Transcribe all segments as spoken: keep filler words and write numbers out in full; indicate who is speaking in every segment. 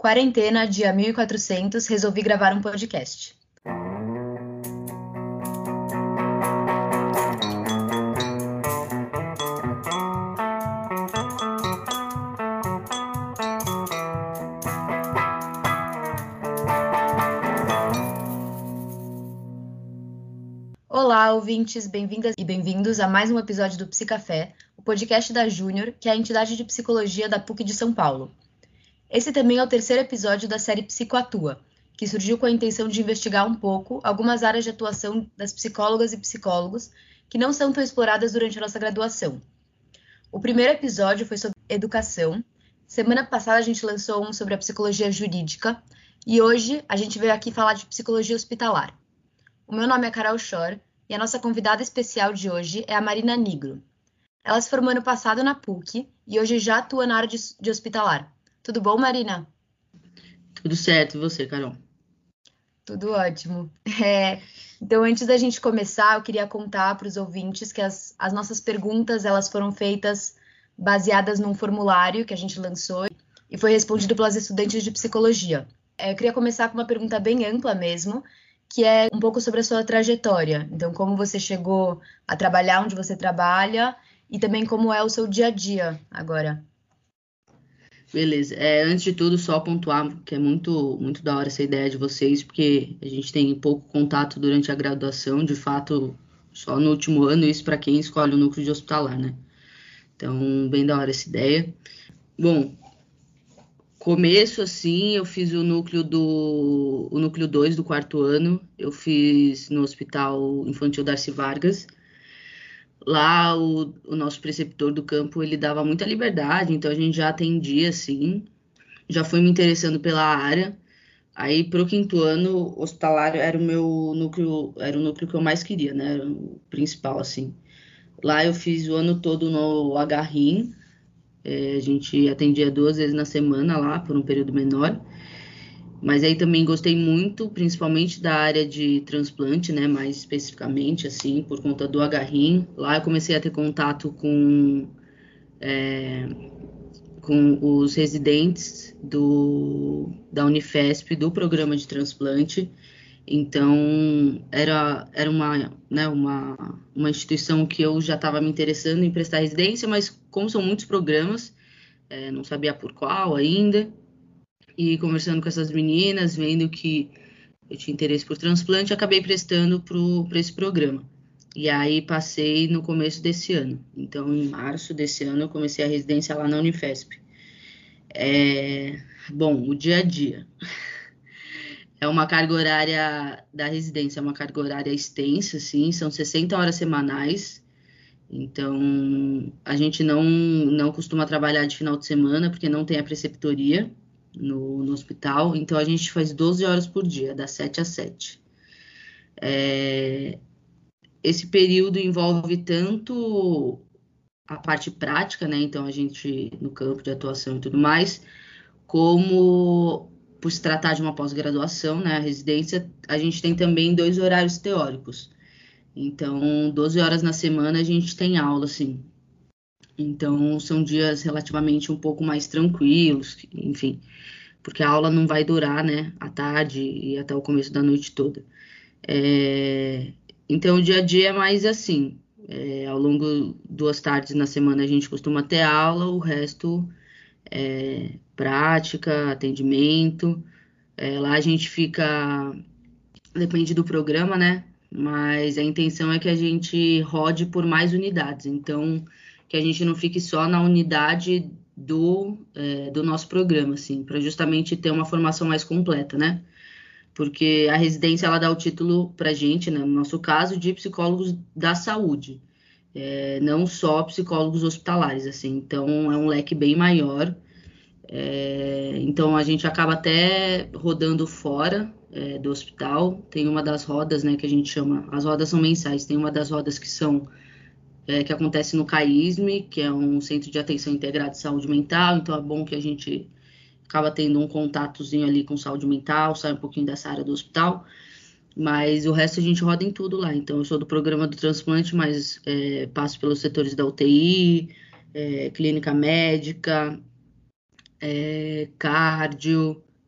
Speaker 1: Quarentena, dia mil e quatrocentos, resolvi gravar um podcast. Olá, ouvintes, bem-vindas e bem-vindos a mais um episódio do Psicafé, o podcast da Júnior, que é a entidade de psicologia da P U C de São Paulo. Esse também é o terceiro episódio da série Psicoatua, que surgiu com a intenção de investigar um pouco algumas áreas de atuação das psicólogas e psicólogos que não são tão exploradas durante a nossa graduação. O primeiro episódio foi sobre educação. Semana passada a gente lançou um sobre a psicologia jurídica e hoje a gente veio aqui falar de psicologia hospitalar. O meu nome é Carol Schor e a nossa convidada especial de hoje é a Marina Nigro. Ela se formou ano passado na P U C e hoje já atua na área de, de hospitalar. Tudo bom, Marina?
Speaker 2: Tudo certo, e você, Carol?
Speaker 1: Tudo ótimo. É, então, antes da gente começar, eu queria contar para os ouvintes que as, as nossas perguntas elas foram feitas baseadas num formulário que a gente lançou e foi respondido pelas estudantes de psicologia. É, eu queria começar com uma pergunta bem ampla mesmo, que é um pouco sobre a sua trajetória. Então, como você chegou a trabalhar onde você trabalha e também como é o seu dia a dia agora.
Speaker 2: Beleza. É, antes de tudo, só pontuar que é muito, muito da hora essa ideia de vocês, porque a gente tem pouco contato durante a graduação, de fato, só no último ano, isso para quem escolhe o núcleo de hospitalar, né? Então, bem da hora essa ideia. Bom, começo assim, eu fiz o núcleo do o núcleo dois do quarto ano, eu fiz no Hospital Infantil Darcy Vargas. Lá, o, o nosso preceptor do campo, ele dava muita liberdade, então a gente já atendia, assim, já fui me interessando pela área. Aí, pro quinto ano, hospitalar era o meu núcleo, era o núcleo que eu mais queria, né? Era o principal, assim. Lá eu fiz o ano todo no H R I M, é, a gente atendia duas vezes na semana lá, por um período menor. Mas aí também gostei muito, principalmente da área de transplante, né? Mais especificamente, assim, por conta do H R I M. Lá eu comecei a ter contato com, é, com os residentes do, da Unifesp, do programa de transplante. Então, era, era uma, né, uma, uma instituição que eu já estava me interessando em prestar residência, mas como são muitos programas, é, não sabia por qual ainda. E conversando com essas meninas, vendo que eu tinha interesse por transplante, acabei prestando para esse programa. E aí passei no começo desse ano. Então, em março desse ano, eu comecei a residência lá na Unifesp. É... Bom, o dia a dia. É uma carga horária da residência, é uma carga horária extensa, assim, são sessenta horas semanais. Então, a gente não, não costuma trabalhar de final de semana, porque não tem a preceptoria no, no hospital. Então, a gente faz doze horas por dia, das sete às sete. É, esse período envolve tanto a parte prática, né? Então, a gente, no campo de atuação e tudo mais, como, por se tratar de uma pós-graduação, né? A residência, a gente tem também dois horários teóricos. Então, doze horas na semana a gente tem aula, assim. Então, são dias relativamente um pouco mais tranquilos, enfim, porque a aula não vai durar, né, à tarde e até o começo da noite toda. É... Então, o dia a dia é mais assim. É, ao longo duas tardes na semana a gente costuma ter aula, o resto é prática, atendimento. É, lá a gente fica, depende do programa, né? Mas a intenção é que a gente rode por mais unidades. Então, que a gente não fique só na unidade do, é, do nosso programa, assim, para justamente ter uma formação mais completa, né? Porque a residência, ela dá o título para a gente, né, no nosso caso, de psicólogos da saúde, é, não só psicólogos hospitalares, assim. Então, é um leque bem maior. É, então, a gente acaba até rodando fora é, do hospital. Tem uma das rodas, né, que a gente chama, as rodas são mensais, tem uma das rodas que são, é, que acontece no CAISM, que é um Centro de Atenção Integrada de Saúde Mental. Então, é bom que a gente acaba tendo um contatozinho ali com saúde mental, sai um pouquinho dessa área do hospital, mas o resto a gente roda em tudo lá. Então, eu sou do programa do transplante, mas é, passo pelos setores da U T I, é, clínica médica, é, cardio,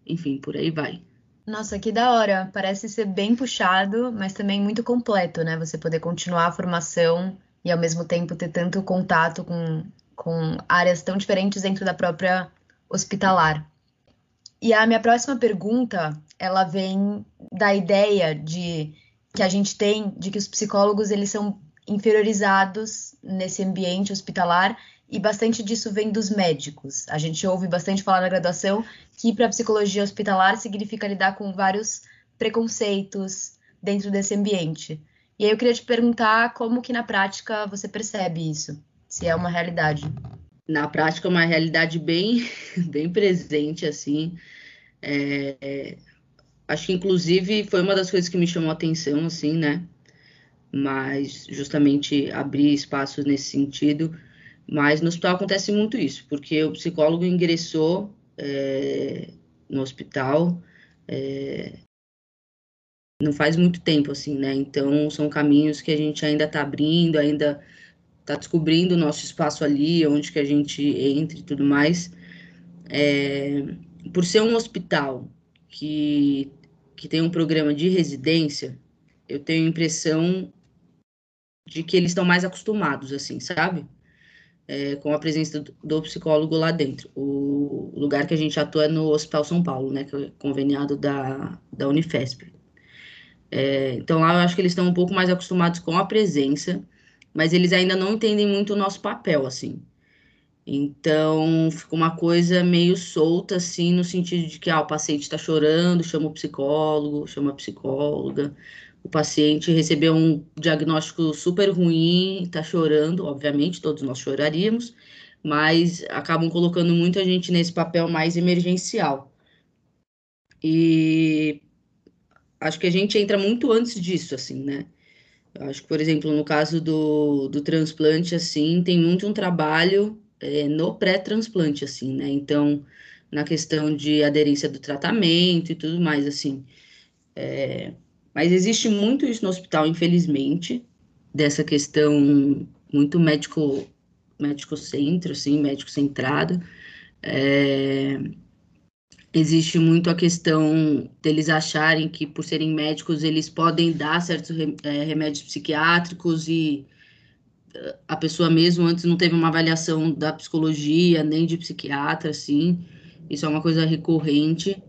Speaker 2: enfim, por aí vai.
Speaker 1: Nossa, que da hora. Parece ser bem puxado, mas também muito completo, né? Você poder continuar a formação e ao mesmo tempo ter tanto contato com, com áreas tão diferentes dentro da própria hospitalar. E a minha próxima pergunta, ela vem da ideia de que a gente tem de que os psicólogos eles são inferiorizados nesse ambiente hospitalar e bastante disso vem dos médicos. A gente ouve bastante falar na graduação que para a psicologia hospitalar significa lidar com vários preconceitos dentro desse ambiente. E aí eu queria te perguntar como que na prática você percebe isso, se é uma realidade.
Speaker 2: Na prática, é uma realidade bem, bem presente, assim. É, é, acho que, inclusive, foi uma das coisas que me chamou a atenção, assim, né? Mas, justamente, abrir espaços nesse sentido. Mas no hospital acontece muito isso, porque o psicólogo ingressou é, no hospital é, não faz muito tempo, assim, né? Então, são caminhos que a gente ainda está abrindo, ainda está descobrindo o nosso espaço ali, onde que a gente entra e tudo mais. É, por ser um hospital que, que tem um programa de residência, eu tenho a impressão de que eles estão mais acostumados, assim, sabe? É, com a presença do, do psicólogo lá dentro. O, o lugar que a gente atua é no Hospital São Paulo, né? Que é conveniado da, da Unifesp. É, então lá eu acho que eles estão um pouco mais acostumados com a presença, mas eles ainda não entendem muito o nosso papel, assim. Então, fica uma coisa meio solta, assim, no sentido de que ah, o paciente está chorando, chama o psicólogo, chama a psicóloga. O paciente recebeu um diagnóstico super ruim, está chorando, obviamente, todos nós choraríamos, mas acabam colocando muito a gente nesse papel mais emergencial. E acho que a gente entra muito antes disso, assim, né? Eu acho que, por exemplo, no caso do, do transplante, assim, tem muito um trabalho é, no pré-transplante, assim, né? Então, na questão de aderência do tratamento e tudo mais, assim. É, mas existe muito isso no hospital, infelizmente, dessa questão muito médico, médico-centro, assim, médico-centrado. É, existe muito a questão deles acharem que, por serem médicos, eles podem dar certos re- é, remédios psiquiátricos e a pessoa mesmo antes não teve uma avaliação da psicologia, nem de psiquiatra, assim. Isso é uma coisa recorrente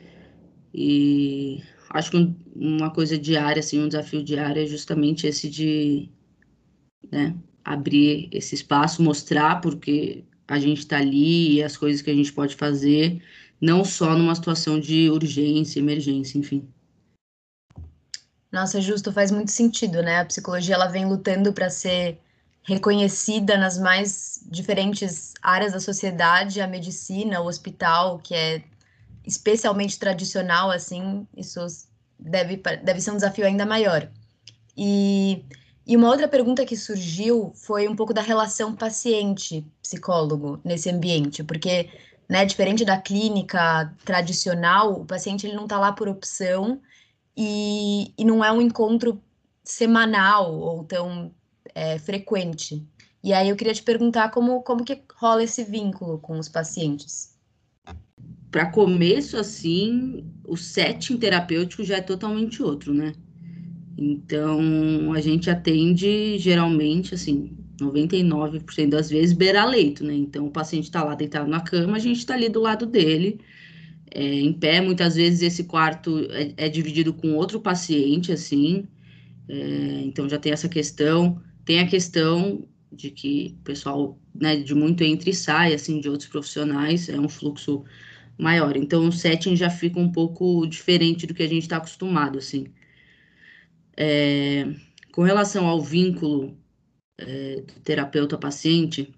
Speaker 2: e acho que um- uma coisa diária, assim, um desafio diário é justamente esse de, né, abrir esse espaço, mostrar porque a gente está ali e as coisas que a gente pode fazer, não só numa situação de urgência, emergência, enfim.
Speaker 1: Nossa, justo, faz muito sentido, né? A psicologia ela vem lutando para ser reconhecida nas mais diferentes áreas da sociedade, a medicina, o hospital, que é especialmente tradicional, assim, isso deve, deve ser um desafio ainda maior. E, e uma outra pergunta que surgiu foi um pouco da relação paciente-psicólogo nesse ambiente, porque, né, diferente da clínica tradicional, o paciente ele não está lá por opção e, e não é um encontro semanal ou tão é, frequente. E aí eu queria te perguntar como, como que rola esse vínculo com os pacientes.
Speaker 2: Para começo, assim, o setting terapêutico já é totalmente outro, né? Então, a gente atende geralmente, assim, noventa e nove por cento das vezes beira-leito, né? Então, o paciente está lá deitado na cama, a gente está ali do lado dele, é, em pé. Muitas vezes esse quarto é, é dividido com outro paciente, assim. É, então, já tem essa questão. Tem a questão de que o pessoal, né, de muito entra e sai, assim, de outros profissionais, é um fluxo maior. Então, o setting já fica um pouco diferente do que a gente está acostumado, assim. Com relação ao vínculo do terapeuta-paciente,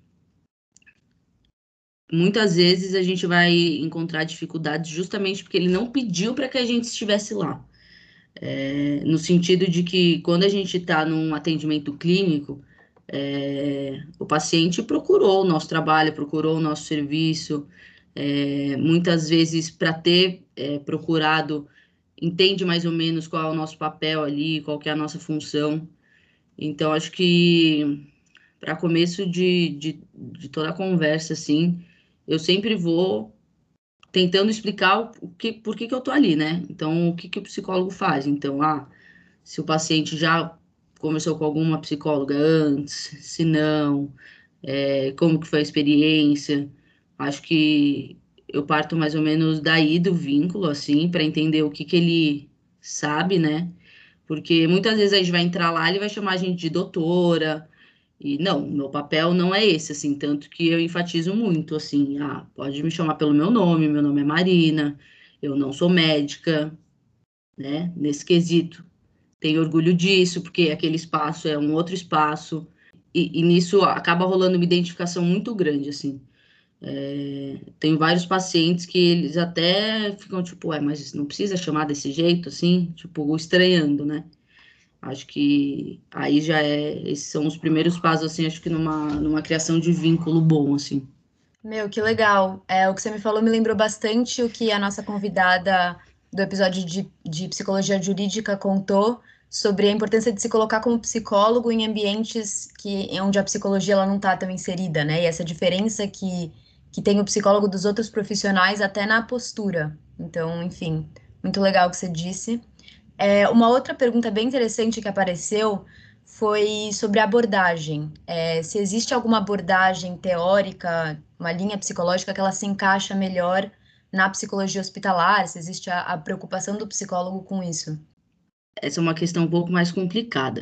Speaker 2: muitas vezes a gente vai encontrar dificuldades justamente porque ele não pediu para que a gente estivesse lá. É, no sentido de que quando a gente está num atendimento clínico, é, o paciente procurou o nosso trabalho, procurou o nosso serviço, é, muitas vezes para ter é, procurado, entende mais ou menos qual é o nosso papel ali, qual que é a nossa função. Então, acho que para começo de, de, de toda a conversa, assim, eu sempre vou tentando explicar o que, por que que eu tô ali, né? Então, o que que o psicólogo faz? Então, ah, se o paciente já conversou com alguma psicóloga antes, se não, é, como que foi a experiência. Acho que eu parto mais ou menos daí do vínculo, assim, para entender o que que ele sabe, né? Porque muitas vezes a gente vai entrar lá, ele vai chamar a gente de doutora, e não, meu papel não é esse, assim, tanto que eu enfatizo muito, assim, ah, pode me chamar pelo meu nome, meu nome é Marina, eu não sou médica, né, nesse quesito. Tenho orgulho disso, porque aquele espaço é um outro espaço, e, e nisso acaba rolando uma identificação muito grande, assim. É, tenho vários pacientes que eles até ficam tipo, ué, mas não precisa chamar desse jeito, assim, tipo, estranhando, né? Acho que aí já é, esses são os primeiros passos, assim, acho que numa, numa criação de vínculo bom, assim.
Speaker 1: Meu, que legal. É, o que você me falou me lembrou bastante o que a nossa convidada do episódio de, de psicologia jurídica contou sobre a importância de se colocar como psicólogo em ambientes que, onde a psicologia ela não está tão inserida, né? E essa diferença que, que tem o psicólogo dos outros profissionais até na postura. Então, enfim, muito legal o que você disse. É, uma outra pergunta bem interessante que apareceu foi sobre a abordagem. É, se existe alguma abordagem teórica, uma linha psicológica que ela se encaixa melhor na psicologia hospitalar, se existe a, a preocupação do psicólogo com isso.
Speaker 2: Essa é uma questão um pouco mais complicada,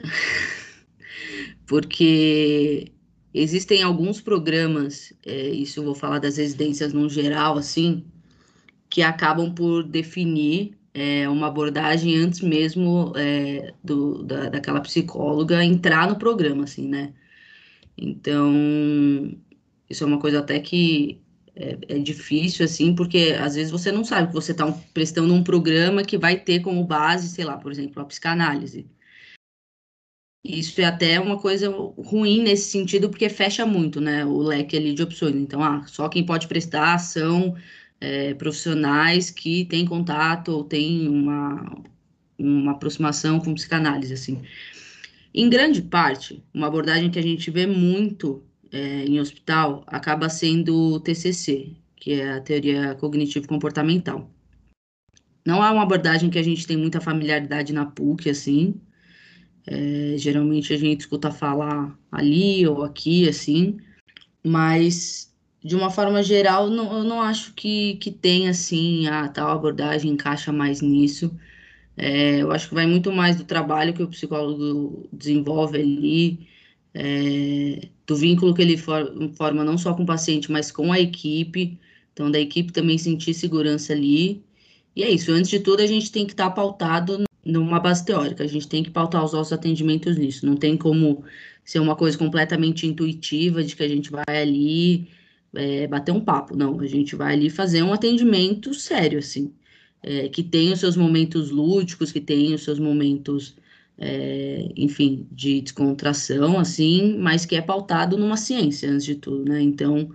Speaker 2: porque existem alguns programas, é, isso eu vou falar das residências no geral, assim, que acabam por definir é, uma abordagem antes mesmo é, do, da, daquela psicóloga entrar no programa, assim, né? Então, isso é uma coisa até que é, é difícil, assim, porque às vezes você não sabe que você está prestando um programa que vai ter como base, sei lá, por exemplo, a psicanálise. Isso é até uma coisa ruim nesse sentido, porque fecha muito, né, o leque ali de opções. Então, ah, só quem pode prestar são é, profissionais que têm contato ou têm uma, uma aproximação com psicanálise, assim. Em grande parte, uma abordagem que a gente vê muito é, em hospital acaba sendo o T C C, que é a teoria cognitivo-comportamental. Não é uma abordagem que a gente tem muita familiaridade na PUC, assim. É, geralmente a gente escuta falar ali ou aqui, assim, mas de uma forma geral, não, eu não acho que, que tem assim, a tal abordagem encaixa mais nisso. É, eu acho que vai muito mais do trabalho que o psicólogo desenvolve ali, é, do vínculo que ele for, forma não só com o paciente, mas com a equipe. Então, da equipe também sentir segurança ali. E é isso, antes de tudo, a gente tem que estar pautado numa base teórica, a gente tem que pautar os nossos atendimentos nisso. Não tem como ser uma coisa completamente intuitiva, de que a gente vai ali é, bater um papo. Não, a gente vai ali fazer um atendimento sério, assim é, que tem os seus momentos lúdicos, que tem os seus momentos, é, enfim, de descontração, assim, mas que é pautado numa ciência, antes de tudo, né? Então,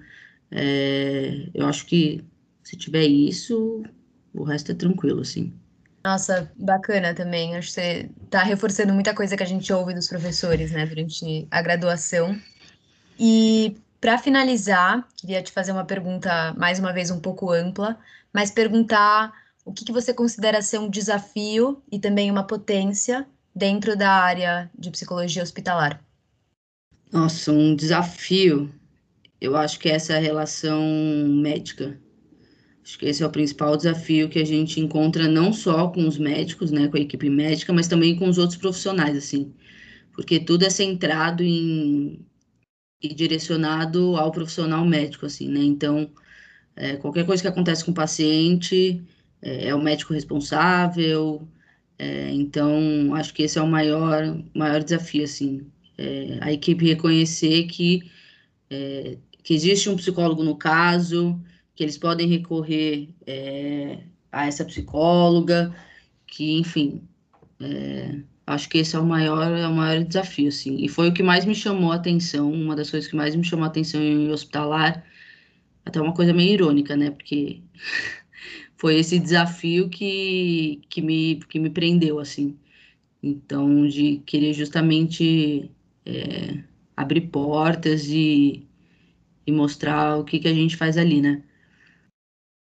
Speaker 2: é, eu acho que se tiver isso, o resto é tranquilo, assim.
Speaker 1: Nossa, bacana também. Acho que você está reforçando muita coisa que a gente ouve dos professores, né, durante a graduação. E para finalizar, queria te fazer uma pergunta, mais uma vez, um pouco ampla, mas perguntar o que que você considera ser um desafio e também uma potência dentro da área de psicologia hospitalar.
Speaker 2: Nossa, um desafio, eu acho que essa é a relação médica. Acho que esse é o principal desafio que a gente encontra não só com os médicos, né, com a equipe médica, mas também com os outros profissionais, assim, porque tudo é centrado em e direcionado ao profissional médico, assim, né? Então, é, qualquer coisa que acontece com o paciente, é, é o médico responsável. É, então, acho que esse é o maior, maior desafio, assim. É, a equipe reconhecer que, é, que existe um psicólogo no caso, que eles podem recorrer, é, a essa psicóloga, que, enfim, acho que esse é o maior, é o maior desafio, assim. E foi o que mais me chamou a atenção, uma das coisas que mais me chamou a atenção em hospitalar, até uma coisa meio irônica, né? Porque foi esse desafio que, que me, que me prendeu, assim. Então, de querer justamente é, abrir portas e, e mostrar o que, que a gente faz ali, né?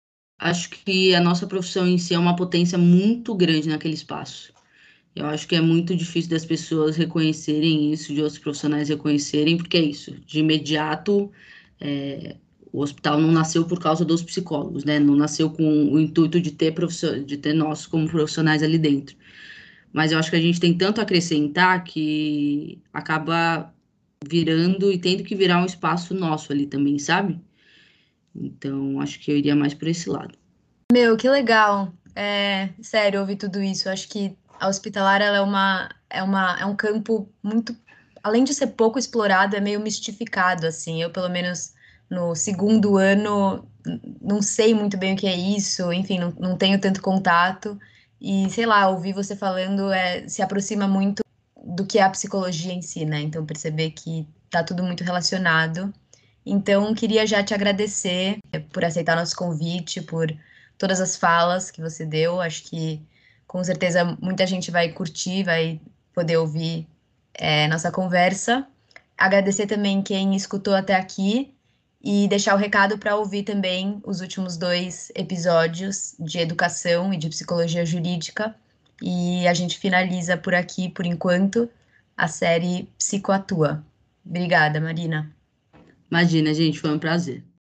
Speaker 2: Acho que a nossa profissão em si é uma potência muito grande naquele espaço. Eu acho que é muito difícil das pessoas reconhecerem isso, de outros profissionais reconhecerem, porque é isso, de imediato, é, o hospital não nasceu por causa dos psicólogos, né? Não nasceu com o intuito de ter profissio- de ter nós como profissionais ali dentro. Mas eu acho que a gente tem tanto a acrescentar que acaba virando e tendo que virar um espaço nosso ali também, sabe? Então, acho que eu iria mais por esse lado.
Speaker 1: Meu, que legal. É, sério, ouvir tudo isso. Acho que a hospitalar ela é uma, é uma, é um campo muito, além de ser pouco explorado, é meio mistificado, assim. Eu, pelo menos no segundo ano, n- não sei muito bem o que é isso, enfim, não, não tenho tanto contato. E, sei lá, ouvir você falando é, se aproxima muito do que é a psicologia em si, né? Então, perceber que tá tudo muito relacionado. Então, queria já te agradecer eh, por aceitar nosso convite, por todas as falas que você deu. Acho que com certeza muita gente vai curtir, vai poder ouvir eh, nossa conversa. Agradecer também quem escutou até aqui e deixar o recado para ouvir também os últimos dois episódios de educação e de psicologia jurídica. E a gente finaliza por aqui, por enquanto, a série Psicoatua. Obrigada, Marina.
Speaker 2: Imagina, gente, foi um prazer.